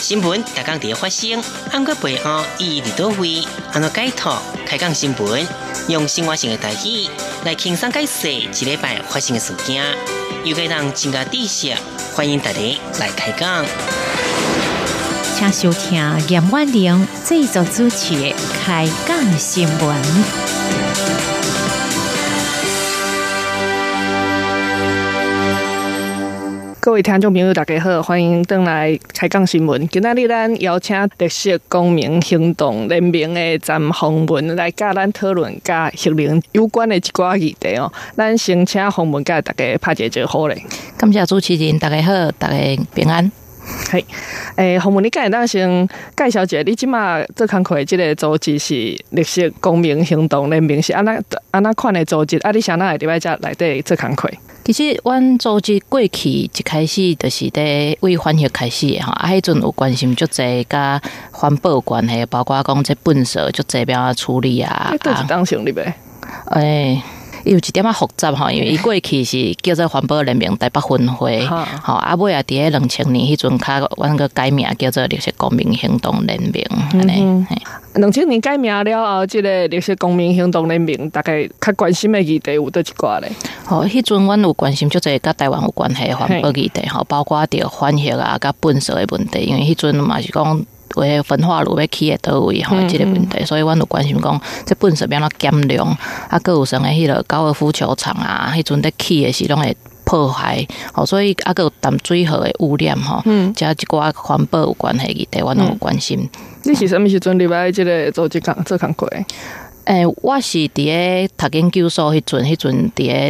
新闻大讲地发生，按个背后意义伫倒位，按怎解读开讲新闻，用生活性的台语来轻松解释一礼拜发生的事件，又可以让增加知识。欢迎大家来开讲。 请收听严婉玲制作主持的《开讲新闻》。 各位听众朋友，大家好，欢迎回来开讲新闻。今仔日咱邀请绿色公民行动联盟的詹宏文来甲咱讨论甲核能有关的一寡议题哦。咱先请宏文甲大家拍一个招呼咧。 感谢主持人，大家好，大家平安。 嘿，宏文，你敢会当先介绍一下，你即马做工课的这个组织是绿色公民行动联盟是安那款的组织？啊，你啥那会伫咧遮内底做工课？ 其实，阮组织过去一开始就是咧为环核开始的吼，迄阵有关心足侪甲环保有关系，包括讲这粪扫足侪要处理啊。 倒是当成立的。 有一点仔复杂吼，因为伊过去是叫做环保联盟台北分会，吼啊尾啊伫咧2000年迄阵较阮个改名叫做绿色公民行动联盟安尼。 2000年改名了后，即个绿色公民行动联盟大概较关心的议题有倒一寡咧。 吼，迄阵阮有关心足侪甲台湾有关系的环保议题，吼，包括着环核啊、甲粪扫的问题，因为迄阵嘛是讲。为焚化炉要起的倒位吼，这个问题，所以阮有关心讲，这粪扫要怎减量，啊，佮有像迄个高尔夫球场啊，迄阵在起的时拢会破坏，吼，所以啊，佮有淡水河的污染吼，加一寡环保有关系议题，阮有关心。 你是什么时阵入来这个组织做工课？ 我是伫咧读研究所迄阵伫咧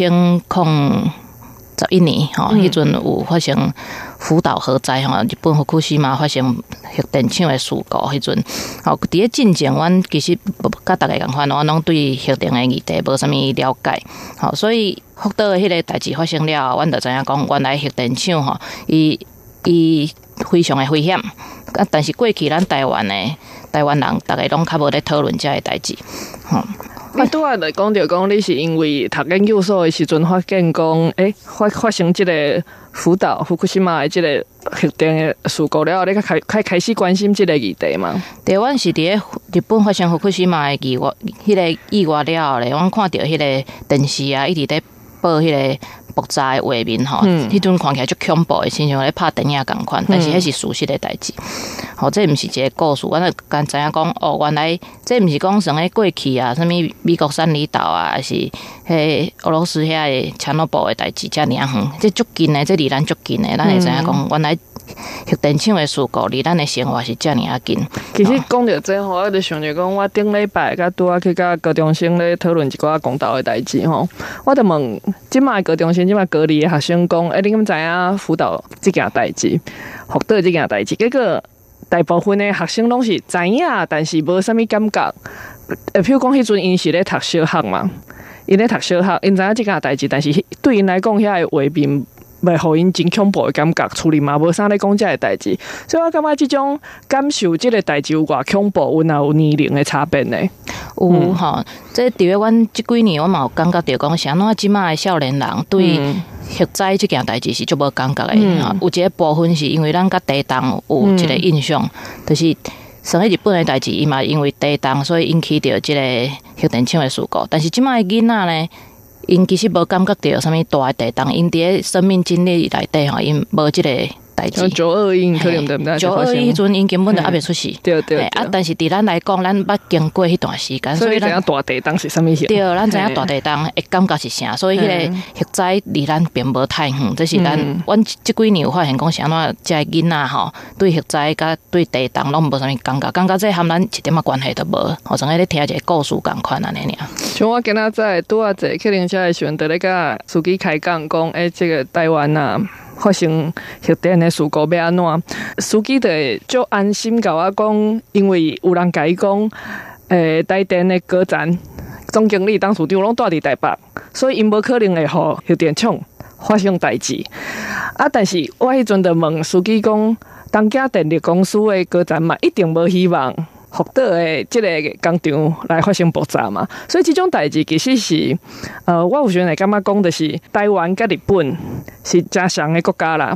2011年吼，迄阵有发生福岛核灾吼，日本福库西玛发生核电厂的事故迄阵，吼，伫咧进前，阮其实甲大家共款，我拢对核电的议题无啥物了解，吼，所以福岛的迄个代志发生了，阮就知影讲，原来核电厂吼，伊非常的危险，啊，但是过去咱台湾人，大家拢较无咧讨论这个代志，吼。 你拄仔来讲着讲，你是因为读研究所的时阵发现讲，发生这个福岛福库西玛的这个核电的事故了后，你开始关心这个议题嘛？ 对，阮是伫咧日本发生福库西玛的迄个意外了后咧，阮看到迄个电视啊，一直在报迄个爆炸的画面吼，迄阵看起来足恐怖的，亲像咧拍电影共款，但是迄是事实的代志。吼，这毋是一个故事，阮就敢知影讲，哦，原来这毋是讲像咧过去啊，什么美国三里岛啊，还是迄俄罗斯遐的切诺堡的代志，遮尔远，这足近的，这离咱足近的，咱会知影讲，原来核电厂的事故离咱的生活是遮尔近。 其实讲到这吼，我就想着讲，我顶礼拜甲拄仔去甲高中生咧讨论一寡公道的代志吼，我就问即卖高中生、即卖高二的学生讲，你敢知影辅导这件代志，福岛这件代志？结果大部分的学生拢是知影，但是无啥物感觉。譬如讲，迄阵因是咧读小学嘛，因咧读小学，因知影这件代志，但是对因来讲，遐个画面袂互因真恐怖的感觉，处理嘛无啥咧讲这个代志。所以我感觉这种感受，这个代志有偌恐怖，有年龄的差别呢。 有吼，这伫咧阮这几年，我嘛有感觉到讲，像咱即卖的少年人对核灾这件代志是足无感觉的。有一个部分是因为咱甲地动有一个印象，就是像迄日本的代志，伊嘛因为地动，所以引起到这个核电厂的事故。但是即卖的囡仔呢，因其实无感觉到什么大的地动，因伫咧生命经历内底吼，因无这个代志。 921可能对不对 ？921迄阵因根本就还袂出世。 对对。 啊，但是伫咱来讲，咱捌经过迄段时间， 所以咱知影大地动是啥物型。 对，咱知影大地动的感觉是啥，所以迄个核灾离咱并无太远。这是阮这几年有发现讲，是安怎这囡仔吼对核灾甲对地动拢无啥物感觉，感觉这和咱一点仔关系都无，好像咧听一个故事共款安尼尔。 像我今仔载拄仔坐客人车的时阵，就咧甲司机开讲讲，这个台湾啊。发生核电的事故要安怎？司机就会足安心甲我讲，因为有人甲伊讲，台电的高层总经理、董事长拢住伫台北，所以因无可能会互核电厂发生代志。啊，但是我迄阵就问司机讲，东家电力公司的高层嘛，一定无希望福岛的这个工厂来发生爆炸嘛，所以这种代志其实是，我有时阵会感觉讲，就是台湾甲日本是真像的国家啦，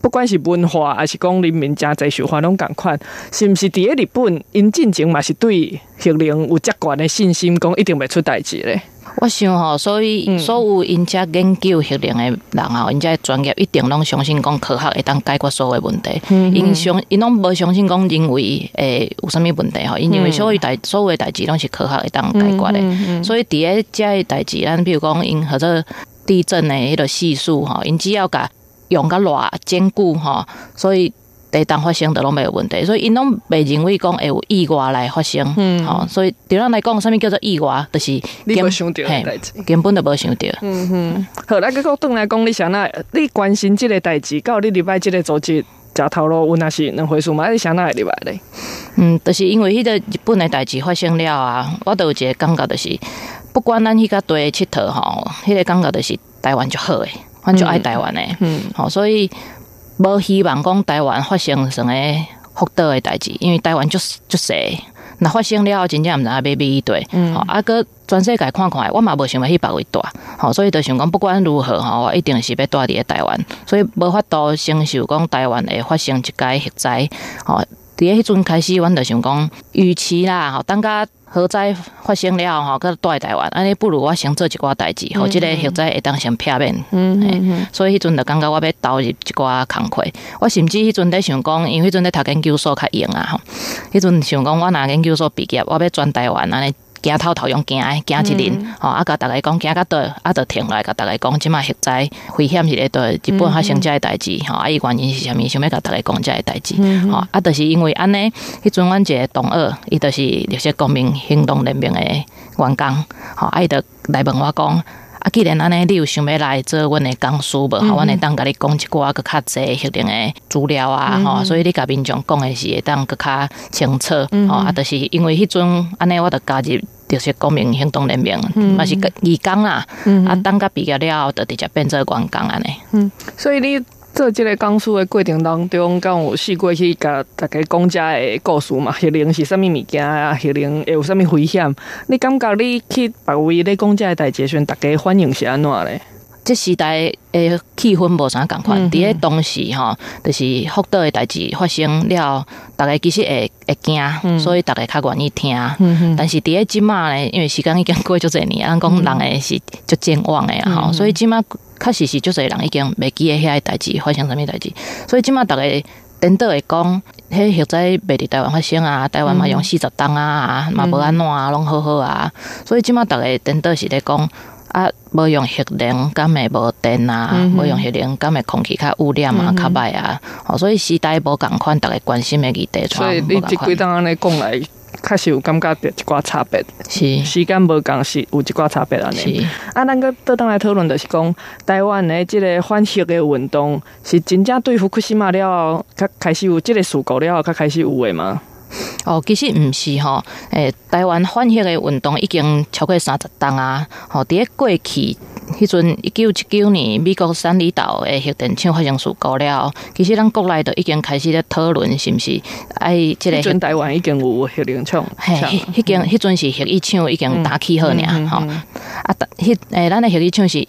不管是文化还是讲人民真侪受欢拢共款，是毋是伫咧日本因进前嘛是对核能有遮悬的信心，讲一定袂出代志咧？ 我想吼，所以所有因遮研究核能的人吼，因遮专业一定拢相信讲科学会当解决所有问题。因拢无相信讲人为有啥物问题吼，因认为所有的代志拢是科学会当解决的。所以伫咧遮的代志，咱比如讲因或者地震的迄个系数吼，因只要甲用较偌坚固吼，所以地动发生就拢没有问题，所以因拢袂认为讲会有意外来发生，所以对咱来讲，啥物叫做意外，就是你无想到的代志， 根本就无想到。 好，咱个转来讲，你想哪？你关心这个代志，到你礼拜这个组织食头路，有哪是两回事嘛？你想哪会入来咧？ 就是因为迄个日本的代志发生了啊，我都有一个感觉，就是不管咱迄个地佚佗吼，迄个感觉就是台湾就好诶，阮就爱台湾诶，所以。无希望讲台湾发生什么福岛的代志，因为台湾就细，那发生了真正唔知要比对，个全世界看看，我嘛无想要去别位住，所以就想讲不管如何我一定是要住伫台湾，所以无法度承受讲台湾会发生一届核灾，伫迄阵开始，阮就想讲，与其啦，等甲核灾发生了吼，佮住台湾，安尼不如我先做一寡代志，互即个核灾会当先避免。所以迄阵就感觉我要投入一寡工课。我甚至迄阵在想讲，因为迄阵在读研究所较用啊吼，迄阵想讲我若研究所毕业，我要转台湾安尼。行头用行一年，甲大家讲行到倒，就停来，甲大家讲，即马核灾危险是咧对日本发生遮个代志，伊原因是啥物？想要甲大家讲遮个代志，就是因为安尼，迄阵阮一个同学，伊就是绿色公民行动联盟的员工，伊就来问我讲。既然安尼，你有想要来做阮的讲师无？阮会当甲你讲一寡个较济核能的资料啊，所以你甲民众讲的是会当个较清楚，就是因为迄阵安尼，我就加入绿色公民行动联盟，嘛是义工啦，等甲毕业了后，就直接变做员工安尼。 所以你。做这个讲师的过程当中，敢有试过去甲大家讲遮的故事嘛？核能是啥物物件啊？核能会有啥物危险？你感觉你去别位咧讲遮个代志时，大家反应是安怎咧？ 这时代的气氛无啥共款，伫咧当时就是福岛的代志发生了，大家其实会惊，所以大家较愿意听。但是伫咧即马咧，因为时间已经过足侪年，咱讲人诶是足健忘诶所以即马确实是足侪人已经袂记得遐个代志发生啥物代志，所以即马大家颠倒会讲，迄核灾袂伫台湾发生啊，台湾嘛用40吨啊，嘛无安怎啊，拢好好啊，所以即马大家颠倒是咧讲。无用核能，敢会无电啊？无用核能，敢会空气较污染啊、较歹啊？所以时代无共款，大家关心的议题， 所以你这几档安尼讲来，确实有感觉到一寡差别。 是时间无共，是有一寡差别安尼。咱个倒转来讨论，就是讲台湾的这个反核的运动，是真正对福岛了后，较开始有这个事故了后，较开始有的吗？ 其实毋是吼，台湾反核的运动已经超过30吨啊。伫咧过去迄阵1979年美国三里岛的核电厂发生事故了，其实咱国内就已经开始咧讨论是毋是爱即个。 迄阵台湾已经有核电厂， 迄阵是核电厂已经打起好尔吼。咱的核电厂是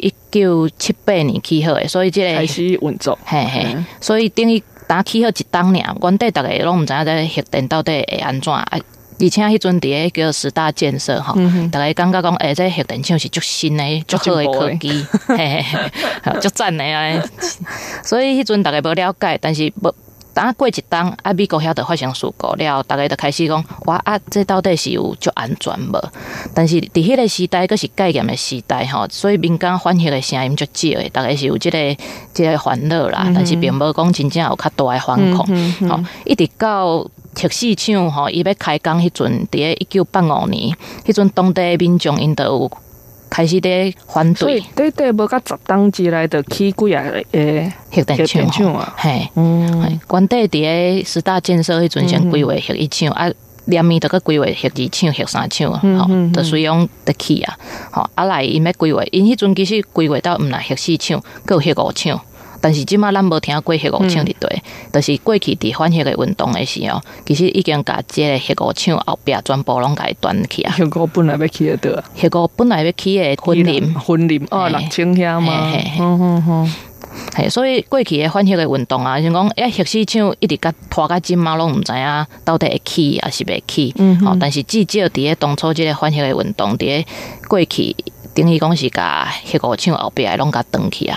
1978年起好的，所以即个开始运作。 所以等于。打起好一档尔，原底大家拢毋知影这核电到底会安怎，而且迄阵伫咧叫10大建设吼，大家感觉讲，这核电厂是足新诶，足好诶科技，足赞诶啊！所以迄阵大家无了解，但是无。等过一档美国遐就发生事故了，大家就开始讲，哇这到底是有足安全无？但是伫迄个时代，佫是戒严的时代吼，所以民间反核的声音足少的，大概是有这个烦恼啦，但是并无讲真正有较大的反抗。一直到核四厂吼，伊要开工迄阵，伫咧1985年，迄阵当地民众因都有。开始咧反对， 所以短无甲10吨之内就起几啊个核电厂啊，原底伫咧10大建设迄阵先规划核一厂连面就个规划核二厂、核三厂，就随用得起啊，来因要规划，因迄阵其实规划到毋来核四厂，佮有核5厂。但是即马咱无听过核5厂伫对，就是过去伫反核的运动的时候，其实已经甲即个核5厂后壁全部拢甲伊断起啊。 核5本来要起得到， 核5本来要起的分林 6千遐嘛。 嘿，所以过去的反核的运动啊，像讲核四厂一直甲拖到今嘛，拢毋知影到底会起还是袂起。但是至少伫个当初即个反核的运动，伫个过去。等于讲是甲核五厂后壁拢甲登去啊。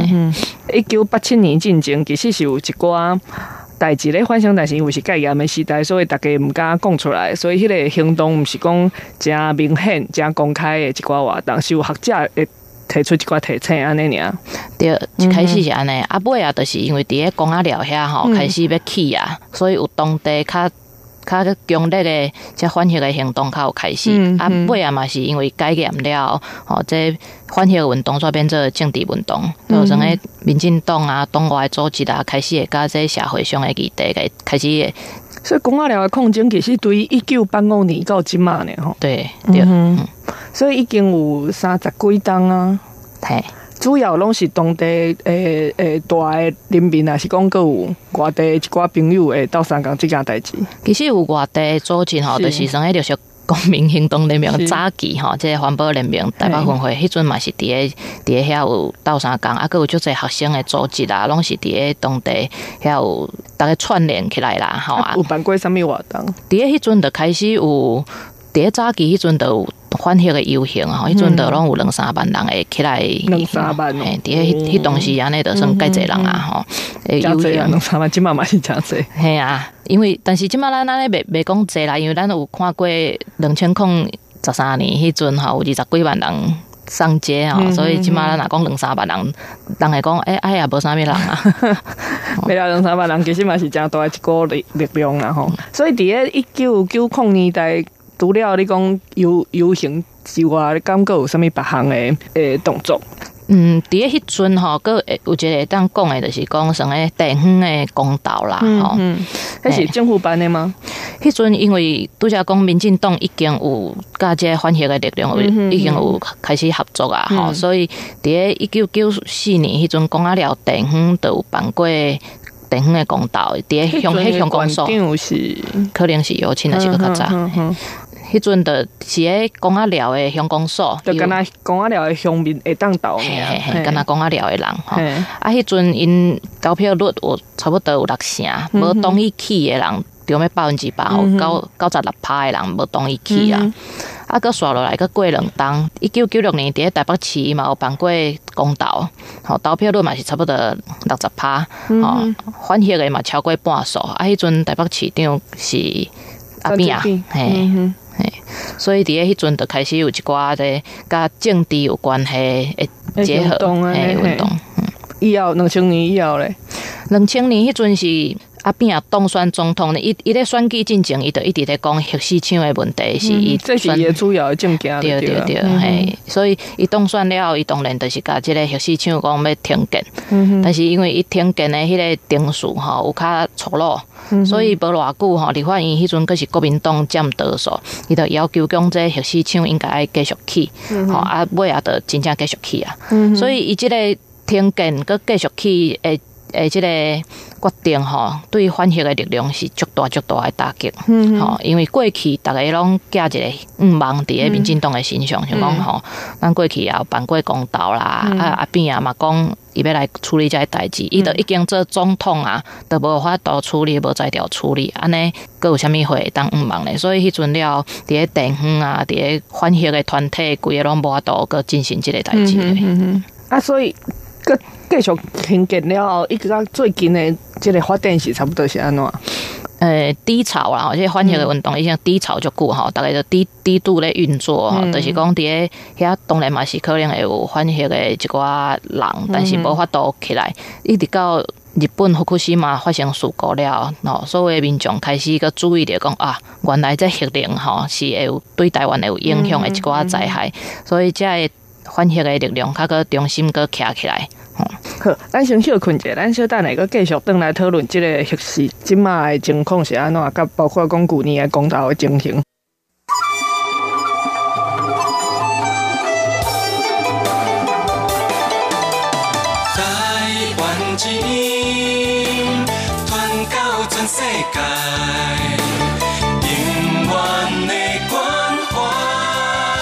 1987年进前，其实是有一寡代志咧发生，但是因为是戒严的时代，所以大家毋敢讲出来，所以迄个行动毋是讲真明显、真公开的一寡活动，是有学者会提出一寡提醒安尼尔。 对，一开始是安尼，尾啊，就是因为伫个公仔寮遐吼开始要起啊，所以有当地较强烈的这反核的行动较有开始，尾啊嘛是因为戒严了，这反核运动煞变做政治运动，造成诶民进党啊、党外组织啊，开始会甲这社会上的议题开始会。 所以公仔寮的抗争其实对于1985年到今嘛呢吼。 对， 所以已经有30几档啊。 嘿。 主要拢是当地大的人民，还是讲阁有外地一寡朋友会斗相共这件代志。 其实有外地组织吼，就是像迄绿色公民行动联盟早期吼，即个环保联盟台北分会，迄阵嘛是伫个遐有斗相共，啊，阁有足侪学生的组织啦，拢是伫个当地遐有大家串联起来啦，吼。 有办过啥物活动？ 伫个迄阵就开始有，伫个早期迄阵就有。反核的游行吼，迄阵就拢有2-3万人会起来 ，2-3万哦。 伫迄当时安尼就算介济人啊吼， 游行2-3万，即马嘛是真济。 嘿啊，因为但是即马咱安尼袂讲济啦，因为咱有看过2013年迄阵吼，有20几万人上街吼，所以即马咱若讲2-3万人，人会讲哎呀无啥物人啊。 未来2-3万人其实嘛是真大的一股力量啦吼。所以伫个1990年代。除了你讲游行之外，你感觉有啥物别项的动作？ 伫个迄阵吼，佮有一个当讲的，就是讲像个地方的公道啦，吼。 迄是政府办的吗？ 迄阵因为拄则讲民进党已经有甲这反核的力量已经有开始合作啊，吼，所以伫个1994年迄阵，公仔寮地方就有办过。地方的公道，伫个乡公所，可能是有请的是个较早。迄阵就是个公仔寮的乡公所， 就敢若公仔寮的乡民会当投呢，敢若公仔寮的人吼。啊，迄阵因投票率有差不多有60%，无同意起的人，就要100%吼，96%的人无同意起啊。啊，佮刷落来，佮过2档。1996年伫台北市伊嘛有办过公投，吼，投票率嘛是差不多60%，吼，反核的嘛超过半数。啊，迄阵台北市长是阿扁啊，嘿。所以伫迄阵就开始有一寡咧，甲政治有关系的结合运动。 以后2000年以后咧 ，2000年迄阵是阿扁当选总统咧，伊咧选举进前，伊就一直咧讲核四厂的问题，是伊这是伊的主要的政见。 对，嘿，所以伊当选了，伊当然就是甲即个核四厂讲要停建，但是因为伊停建的迄个定数吼有较粗鲁。所以无偌久吼，立法院迄阵佫是国民党占多数，伊就要求讲这核四厂应该爱继续起，吼啊尾啊就真正继续起啊。所以伊即个停建佫继续起即个决定吼，对反核的力量是足大的打击。吼，因为过去大家拢寄一个望伫个民进党的身上，像讲吼，咱过去也有办过公投啦，阿扁啊嘛讲。伊要来处理这个代志，伊就已经做总统啊，都无法度处理，无才调处理，安尼佫有啥物会当忙咧？所以迄阵了，伫个地方啊，伫个反核的团体，规个拢无法度佫进行这个代志咧。 啊，所以佫继续停建了后，一直到最近的这个发展是差不多是安怎？ 低潮啦，即个反核的运动已经低潮足久吼，大概就低度咧运作吼，就是讲伫个遐当然嘛是可能会有反核的一寡人，但是无法度起来，一直到日本福岛嘛发生事故了，吼，所有民众开始个注意着讲啊，原来这核能吼是会有对台湾会有影响的一寡灾害，所以这个反核的力量较个中心个徛起来。 好，咱先休困者，咱小等下个继续转来讨论这个核四即马的情况是安怎，甲包括讲旧年的公投的情形。 台湾之音传到全世界，永远的关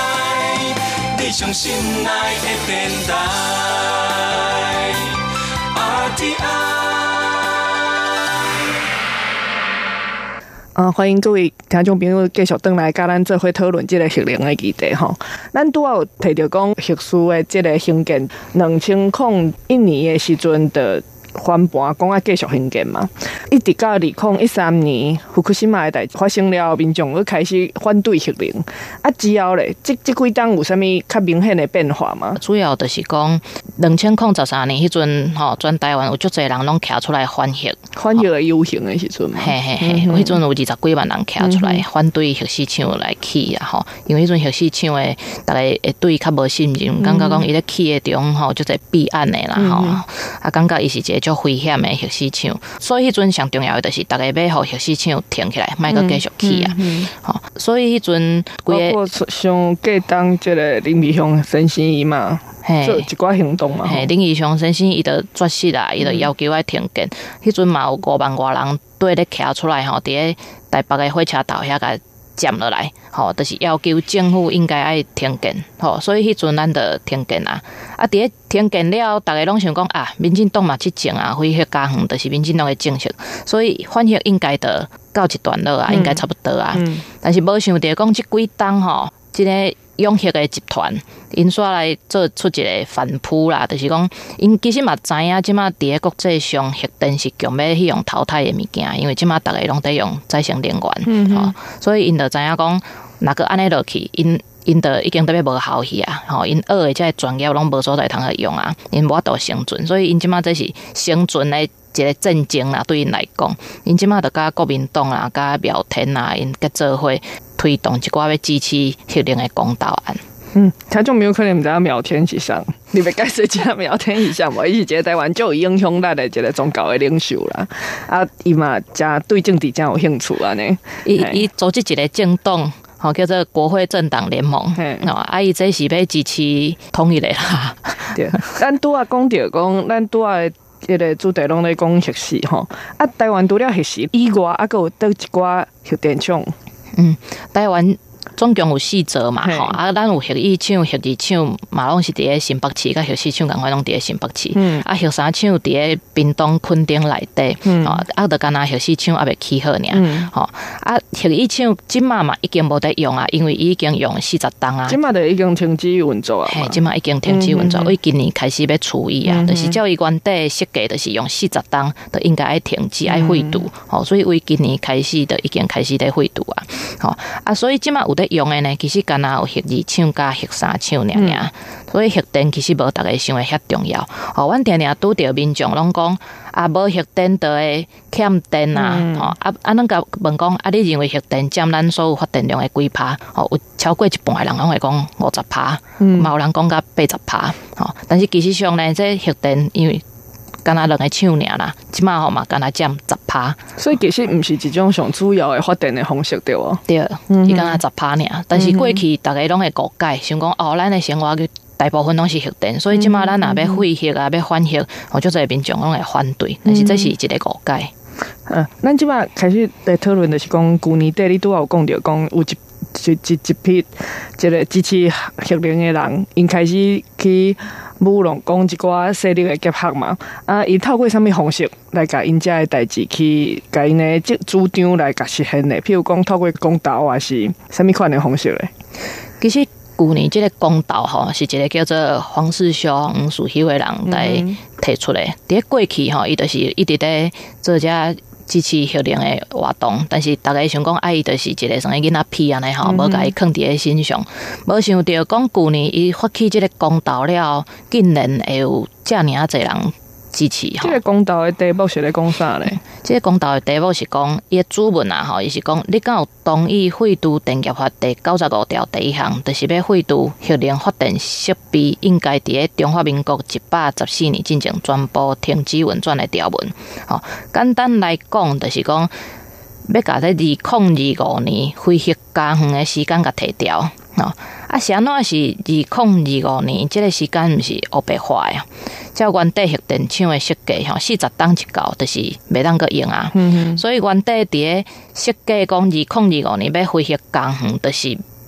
怀，你上心爱的电台。 欢迎各位听众朋友继续回来，甲咱做伙讨论这个核能的议题吼。咱拄有提到讲核事的这个兴建，2001年的时阵的翻盘，讲要继续兴建嘛，一直到2013年福库西玛的代志发生了，民众又开始反对核能。之后咧，这几档有啥物较明显的变化吗？ 主要就是讲2013年迄阵吼，全台湾有足侪人拢徛出来反核， 反核的游行的时阵嘛， 嘿，迄阵有20几万人徛出来反对核四厂来起啊吼，因为迄阵核四厂的大家会对伊较无信任，感觉讲伊咧起的中吼就在弊案的啦吼，感觉伊是一个足危险的核四厂，所以迄阵上重要的就是大家要互核四厂停起来，莫阁继续起啊，吼，所以迄阵规个像过当即个林义雄、陈心怡嘛，做一寡行动嘛。 林义雄、陈心怡伊就绝食啦，伊就要求要停建。迄阵嘛有5万多人对咧徛出来吼，伫咧台北的火车头遐甲占落来，吼，就是要求政府应该爱停建，吼，所以迄阵咱就停建啊。伫咧停建了，大家拢想讲啊，民进党嘛去种啊，非核家园就是民进党的政策，所以反核应该就告一段落啊，应该差不多啊。但是无想到讲即几档吼，即个永核的集团，因煞来做出一个反扑啦，就是讲，因其实嘛知影，即马伫咧国际上核电是强要去用淘汰的物件，因为即马大家拢在用再生能源，吼，所以因就知影讲，若个安尼落去，因就已经特别无效去啊，吼，因学的这专业拢无所在通去用啊，因无法度生存，所以因即马这是生存的一个战争啦，对因来讲，因即马就甲国民党啦、甲苗天啦，因甲做伙推动一寡要支持核能的公投案。 听众朋友可能毋知影苗天是啥，你要解释一下苗天是啥无？伊是一个台湾最有影响力的一个宗教的领袖啦，伊嘛真对政治真有兴趣安尼。 伊组织一个政党。吼，叫做国会政党联盟，伊这是要支持统一的啦。 对，咱拄仔讲到讲，咱拄仔迄个主题拢咧讲核四吼，台湾除了核四以外，还有倒一寡核电厂。 台湾总共有4座嘛，吼，咱有核一厂、核二厂嘛，拢是伫咧新北市，甲核四厂共款拢伫咧新北市。核三厂伫咧屏东垦丁内底，就干那核四厂还未起好尔，吼，核一厂即马嘛已经无得用啊，因为已经用40档啊， 即马就已经停止运作啊， 即马已经停止运作，为今年开始要处理啊，就是照伊原底设计，就是用40档，就应该爱停止爱废除，吼，所以为今年开始就已经开始在废除啊，吼，所以即马有得用的呢，其实敢若有核二厂加核三厂尔，所以核电其实无大家想的遐重要。阮常常拄着民众拢讲无核电就会欠电啊，咱甲问讲你认为核电占咱所有发电量的几%？有超过一半的人拢会讲50%，嘛有人讲到80%，但是其实上呢，这核电因为干那2个厂尔啦，即马嘛干那占10%， 所以其实毋是一种上主要的发电的方式，对无？ 对，伊干那10%尔。但是过去大家拢会误解，想讲咱的生活大部分拢是核电，所以即马咱若要废核啊，要反核，足侪民众拢会反对，但是这是一个误解。 咱即马开始来讨论，就是讲旧年底你拄有讲到讲有一批这个支持核能的人，因开始去舞弄讲一寡势力的结合嘛，伊透过什么方式来甲因遮的代志去甲因的主张来甲实现的？譬如讲透过公投还是什么款的方式咧？ 其实旧年这个公投吼，是一个叫做黄世修、黄树修的人来提出的。伫过去吼，伊就是一直在做遮支持核能的活动，但是大家想讲，伊就是一个什么囡仔屁安尼吼，无甲伊放伫咧心上，无想到讲旧年伊发起这个公投了，竟然会有遮尔啊侪人支持吼。 这个公投的题目是咧讲啥咧？ 这个公投的题目是讲，伊的主文啊吼，伊是讲，你敢有同意废除电业法第95条第1项，就是要废除核能发电设备应该伫咧中华民国114年进行全部停止运转的条文。吼，简单来讲，就是讲要甲这2025年废核加园的时间甲提调。是安怎是2025年？这个时间毋是黑白化呀？照原底核电厂的设计，40档一到，就是袂当个用啊。所以原底伫咧设计讲2025年要废核加园，就是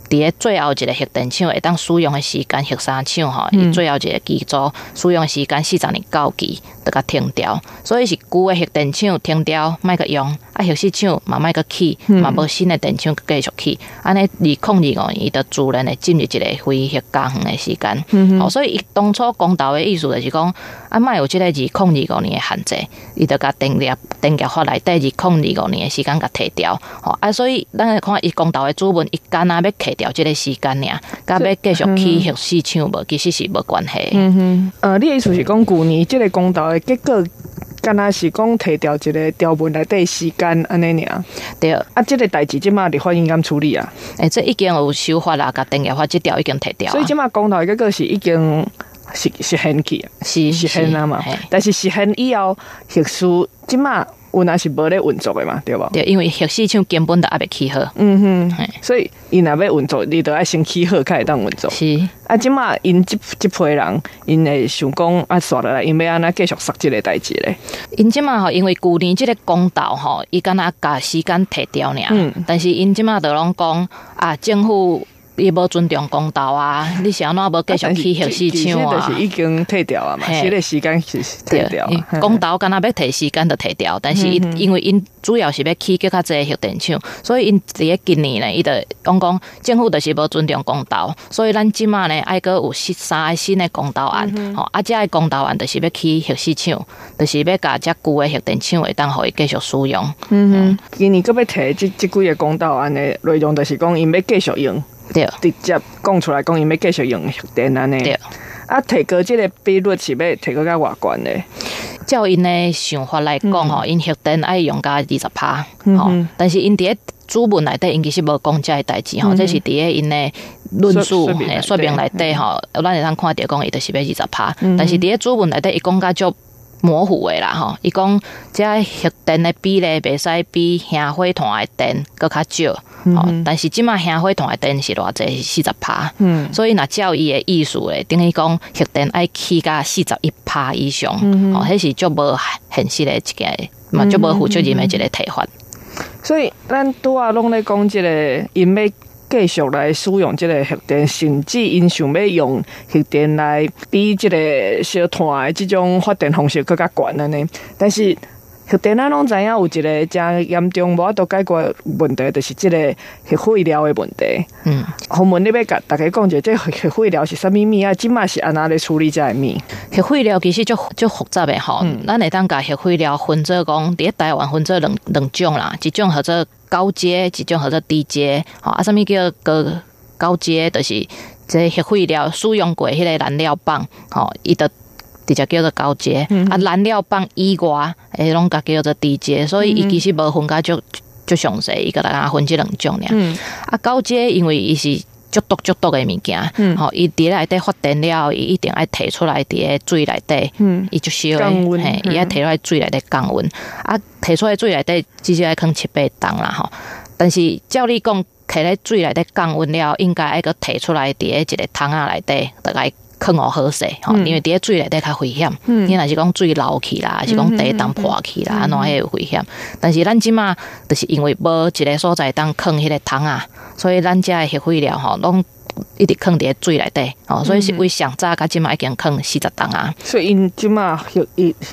伫个最后一个核电厂会当使用的时间，核三厂吼，伊最后一个机组使用的时间40年到期，就甲停掉。所以是旧的核电厂停掉，莫个用；啊，核四厂嘛莫个起，嘛无新的电厂继续起。安尼2025年，伊就自然会进入一个非核加远的时间。所以伊当初公投的意思就是讲，啊，莫有即个2025年的限制，伊就甲电业法内底2025年的时间甲摕掉。啊，所以咱来看伊公投的主文，伊干那要摕掉即个时间尔，甲要继续起核四厂无，其实是无关系。 你的意思是讲，旧年即个公投的结果，敢若是讲摕掉一个条文内底时间安尼尔。 对。 啊，即个代志即马立法院敢处理啊？ 这已经有修法啦，甲电业法即条已经摕掉。 所以即马公投的结果是已经实现去，实现啊嘛。但是实现以后，核四即马有若是无咧运作的嘛，对无？ 对，因为核四厂根本就还未起好。 所以伊若要运作，你就要先起好，才会当运作。 是。 啊，即马因即批人，因会想讲啊，刷落来，因要安怎继续杀即个代志咧？ 因即马吼，因为旧年即个公投吼，伊敢若甲时间摕掉尔，但是因即马就拢讲啊，政府。伊无尊重公投啊！你是安怎无继续起核四厂啊？ 就是已经退掉啊嘛，这个时间是退掉。 公投敢若要摕时间就摕掉，但是因为因主要是要起更较济核电厂，所以因伫个今年呢，伊就讲政府就是无尊重公投，所以咱即马呢爱阁有3个新的公投案，啊，这个公投案就是要起核四厂，就是要甲遮旧的核电厂会当互伊继续使用。 今年阁要提即几个公投案的内容，就是讲因要继续用。 对， 直接讲出来，讲伊要继续用核电安尼。 对， 啊，提高这个比率是要提高到偌悬咧？ 照因的想法来讲吼，因核电爱用到20%，但是因伫个主文内底，因其实无讲这个代志吼，这是伫个因的论述说明内底吼，咱会通看到讲伊就是要20%，但是伫个主文内底，伊讲甲足模糊的啦吼，伊讲这核电的比例袂使比兄火炭的电搁较少。但是即马兄火炭的电是偌济？40%，所以若照伊的意思咧，等于讲核电爱起到41%以上，迄是足无现实的一个，嘛足无负责任的一个提法。 所以咱拄仔拢咧讲即个，因要继续来使用即个核电，甚至因想要用核电来比即个烧炭的即种发电方式更加悬安尼，但是。核电咱拢知影有一个真严重无法度解决问题，就是即个核废料的问题。洪文，你要甲大家讲一下，这核废料是啥物物啊？即马是安那咧处理这个物？ 核废料其实足复杂的吼，咱会当甲核废料分做讲，伫台湾分做两种啦，一种叫做高阶，一种叫做低阶。啊，啥物叫高阶？就是这核废料使用过迄个燃料棒，伊就。直接叫做高阶，啊，燃料棒以外，拢甲叫做低阶，所以伊其实无分甲足详细，伊甲大家分这两种尔。啊，高阶因为伊是足毒的物件，伊伫内底发电了，伊一定爱提出来伫个水内底，伊就烧诶，伊爱提出来水内底降温，啊，提出来水内底至少爱放7-8档啦吼。但是照你讲，摕咧水内底降温了，应该爱个提出来伫个一个桶仔内底，大概。放互好势吼，因为伫个水内底较危险。你若是讲水流去啦，还是讲地当破去啦，安怎迄有危险。但是咱即马就是因为无一个所在当放迄个桶啊，所以咱遮的核废料吼，拢一直放伫个水内底，所以是为上早甲即马已经放40档啊。 所以因即马核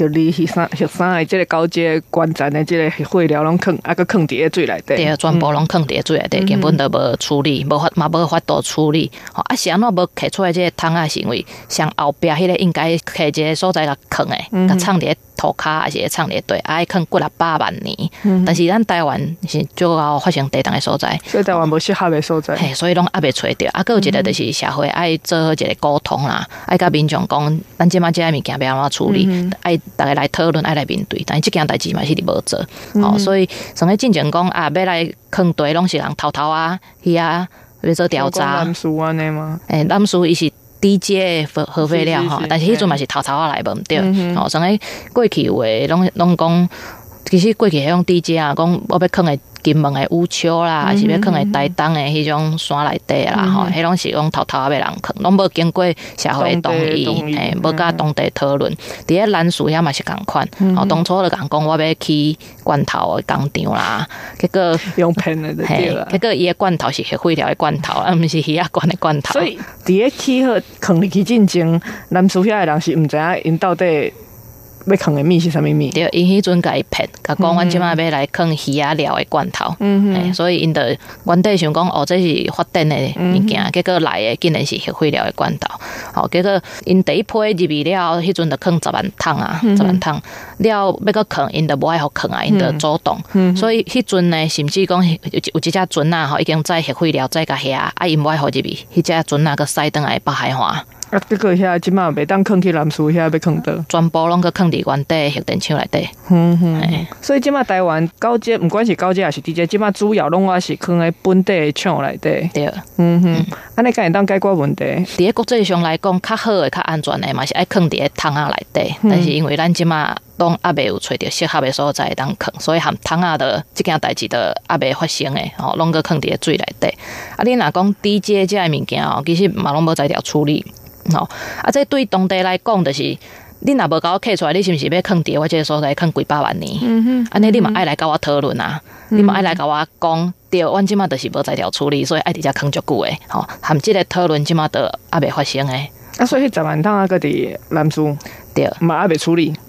2、核3的即个高阶关键的即个核废料拢放，啊个放伫个水内底。 对，全部拢放伫个水内底，根本都无处理，无法度处理。啊，是安怎无摕出来即个桶啊？是因为上后壁迄个应该摕一个所在甲放诶，甲藏伫个涂骹还是藏伫地，爱放几啊百万年。但是咱台湾是最高发生地动的所在， 所以台湾无适合的所在， 所以拢还袂找着。啊，有一个就是社会爱做好一个沟通啦，爱甲民众讲，咱即马这个物件要安怎处理，爱大家来讨论，爱来面对。但是这件代志嘛是无做，所以上个进前讲啊，要来坑地拢是人偷啊去啊，要做调查。 蓝树安尼吗？ 蓝树伊是。低阶核废料吼，但是迄阵嘛是偷啊来无毋对，上个过去有诶拢讲，其实过去迄种低阶啊，讲我要放诶金门的乌丘啦，还是要放伫台东的迄种山内底啦，吼，迄拢是讲偷偷要人放，拢无经过社会同意，无甲当地讨论。伫咧兰树遐嘛是共款，当初就讲我要起罐头的工厂啦，结果用骗的就对了。 结果伊的罐头是核废料的罐头，毋是鱼仔罐的罐头。 所以伫咧起好放入去进前，南树遐的人是毋知影因到底要放的米是啥物米。 对，因迄阵甲伊骗，甲讲阮即摆要来放鱼仔料的罐头，所以因就原底想讲这是发电的物件，结果来的竟然是核废料的罐头。结果因第一批入去了，迄阵就放10万桶啊，10万桶了要搁放，因就无爱互放啊，因就主动。所以迄阵呢，甚至讲有一只船啊，已经载核废料载甲遐，因无爱互入去，迄只船啊，搁驶转来北海岸。 结果遐即马袂当放去南树遐，要放倒， 全部拢搁放伫原底核电厂内底。 所以即马台湾高阶，毋管是高阶还是低阶，即马主要拢我是放喺本地的厂内底。 对， 安尼敢会当解决问题？ 伫咧国际上来讲，较好的、较安全的嘛是爱放伫咧桶仔内底，但是因为咱即马拢还袂有找到适合的所在当放，所以含桶仔的即件代志的还袂发生的，拢搁放伫咧水内底。你若讲低阶这物件其实嘛拢无在条处理。这对当地来讲，就是你若无甲我刻出来，你是毋是要放伫我这个所在放几百万年？安尼你嘛爱来甲我讨论啊，你嘛爱来甲我讲，对，阮即马就是无在条处理，所以爱伫遮放足久诶，含即个讨论即马都还袂发生诶。 所以迄10万桶啊，搁伫南树， 对， 嘛还袂处理，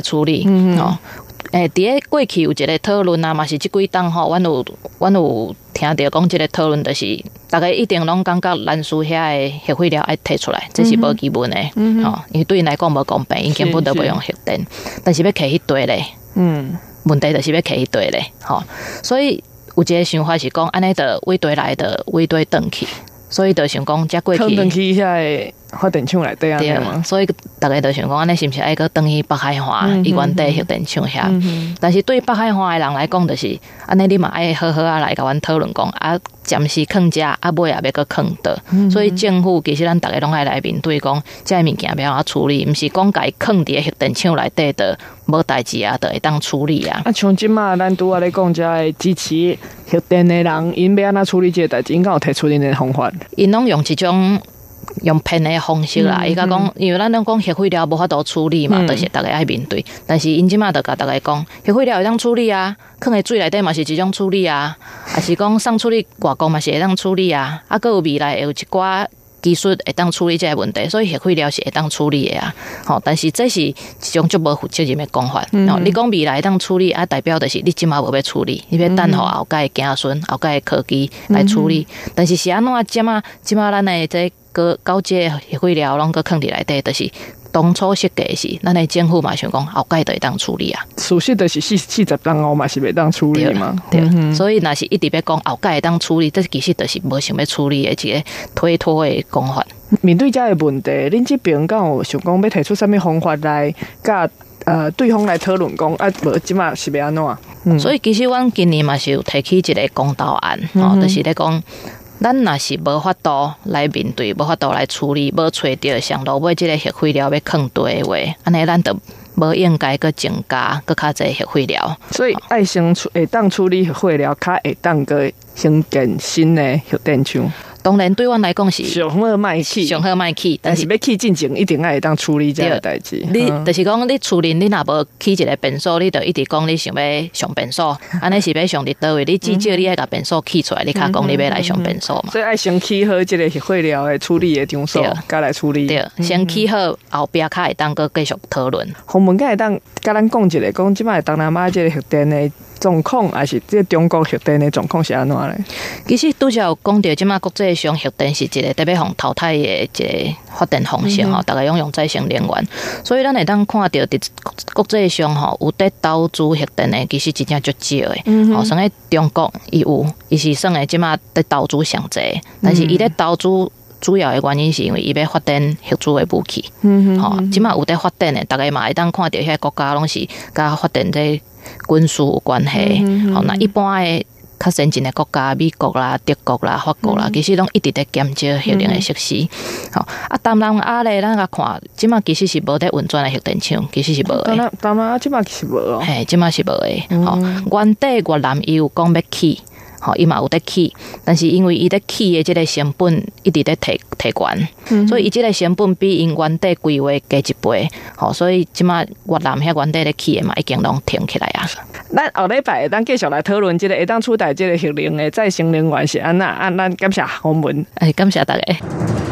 伫咧过去有一个讨论啊，嘛是即几档吼，阮有听到讲即个讨论，就是大家一定拢感觉兰树遐的核废料爱摕出来，这是无基本的，因为对因来讲无公平，因根本都无用核电，但是要摕迄堆咧，问题就是要摕迄堆咧，所以有一个想法是讲，安尼的尾堆来的尾堆转去。所以就想讲，遮过去转去遐个发电厂内底啊嘛。 所以大家就想讲，安尼是毋是爱搁转去北海岸伊原地核电厂遐？但是对北海岸的人来讲，就是安尼，你嘛爱好好来甲阮讨论讲暂时放遮，尾也要搁放倒。所以政府其实咱大家拢爱来面对讲，遮物件要安怎处理，毋是讲家放伫核电厂内底的无代志啊，就会当处理啊。 像即马咱拄仔咧讲遮个支持核电的人，因要安怎处理这个代志？因敢有提出因的方法？ 因拢用一种用骗的方式啦，伊甲讲，因为咱拢讲核废料无法度处理嘛，就是大家爱面对。但是因即马就甲大家讲，核废料会当处理啊，放喺水内底嘛是一种处理啊，还是讲送出去外国嘛是会当处理啊，搁有未来会有一寡技术会当处理这个问题，所以核废料是会当处理的啊。但是这是一种足无负责任的讲法。你讲未来会当处理代表就是你即马无要处理，你要等候后届的子孙、后届的科技来处理。但是是安怎即马咱的这高阶核废料拢搁放伫内底，就是当初设计是咱的政府嘛想讲后届就会当处理啊。 事实就是40年后嘛是袂当处理嘛。 对，所以若是一直要讲后届会当处理，这其实就是无想要处理的一个推脱的讲法。 面对这个问题，恁这边敢有想讲要提出什么方法来甲对方来讨论讲无即马是要安怎？ 所以其实阮今年嘛是有提起一个公道案，就是咧讲。咱若是无法度来面对，无法度来处理，无找到上路尾即个核废料要放倒的话，安尼咱就无应该搁增加搁较济核废料。 所以爱先会当处理核废料，较会当搁兴建新的核电厂。 当然对阮来讲是上好卖起，但是要起进前一定爱会当处理这个代志。 你就是讲你厝里你若无起一个便所，你就一直讲你想要上便所，安尼是要上伫倒位？你至少你爱甲便所起出来，你较讲你要来上便所嘛。 所以爱先起好这个核废料的处理的场所，甲来处理。 对，先起好，后壁较会当搁继续讨论。 洪文，敢会当甲咱讲一下，讲即摆东南亚这个核电的状况，还是这中国核电的状况是安怎咧？ 其实拄则有讲到，即马国际上核电是一个特别互淘汰的一个发电方式吼，大家用再生能源，所以咱会当看到伫国际上吼有在投资核电的，其实真正足少的。像喺中国伊是算的即马在投资上济，但是伊在投资主要的原因是因为伊要发展核子的武器。即马有在发展的，大家嘛会当看到遐国家拢是甲发展这军事有关系。那一般的较先进的国家，美国啦、德国啦、法国啦，其实拢一直在减少核能的设施。吼东南亚咧，咱甲看，即马其实是无在运转的核电厂，其实是无的。 东南亚即马是无哦。 嘿，即马是无的。吼，原底越南伊有讲要起。吼，伊嘛有得起，但是因为伊得起的这个成本一直在提悬，所以伊这个成本比因原底规划加一倍，吼，所以即马越南遐原底咧起的嘛，已经拢停起来啊。 咱后礼拜咱继续来讨论这个会当取代这个核能的再生能源是安那？咱感谢洪文， 感谢大家。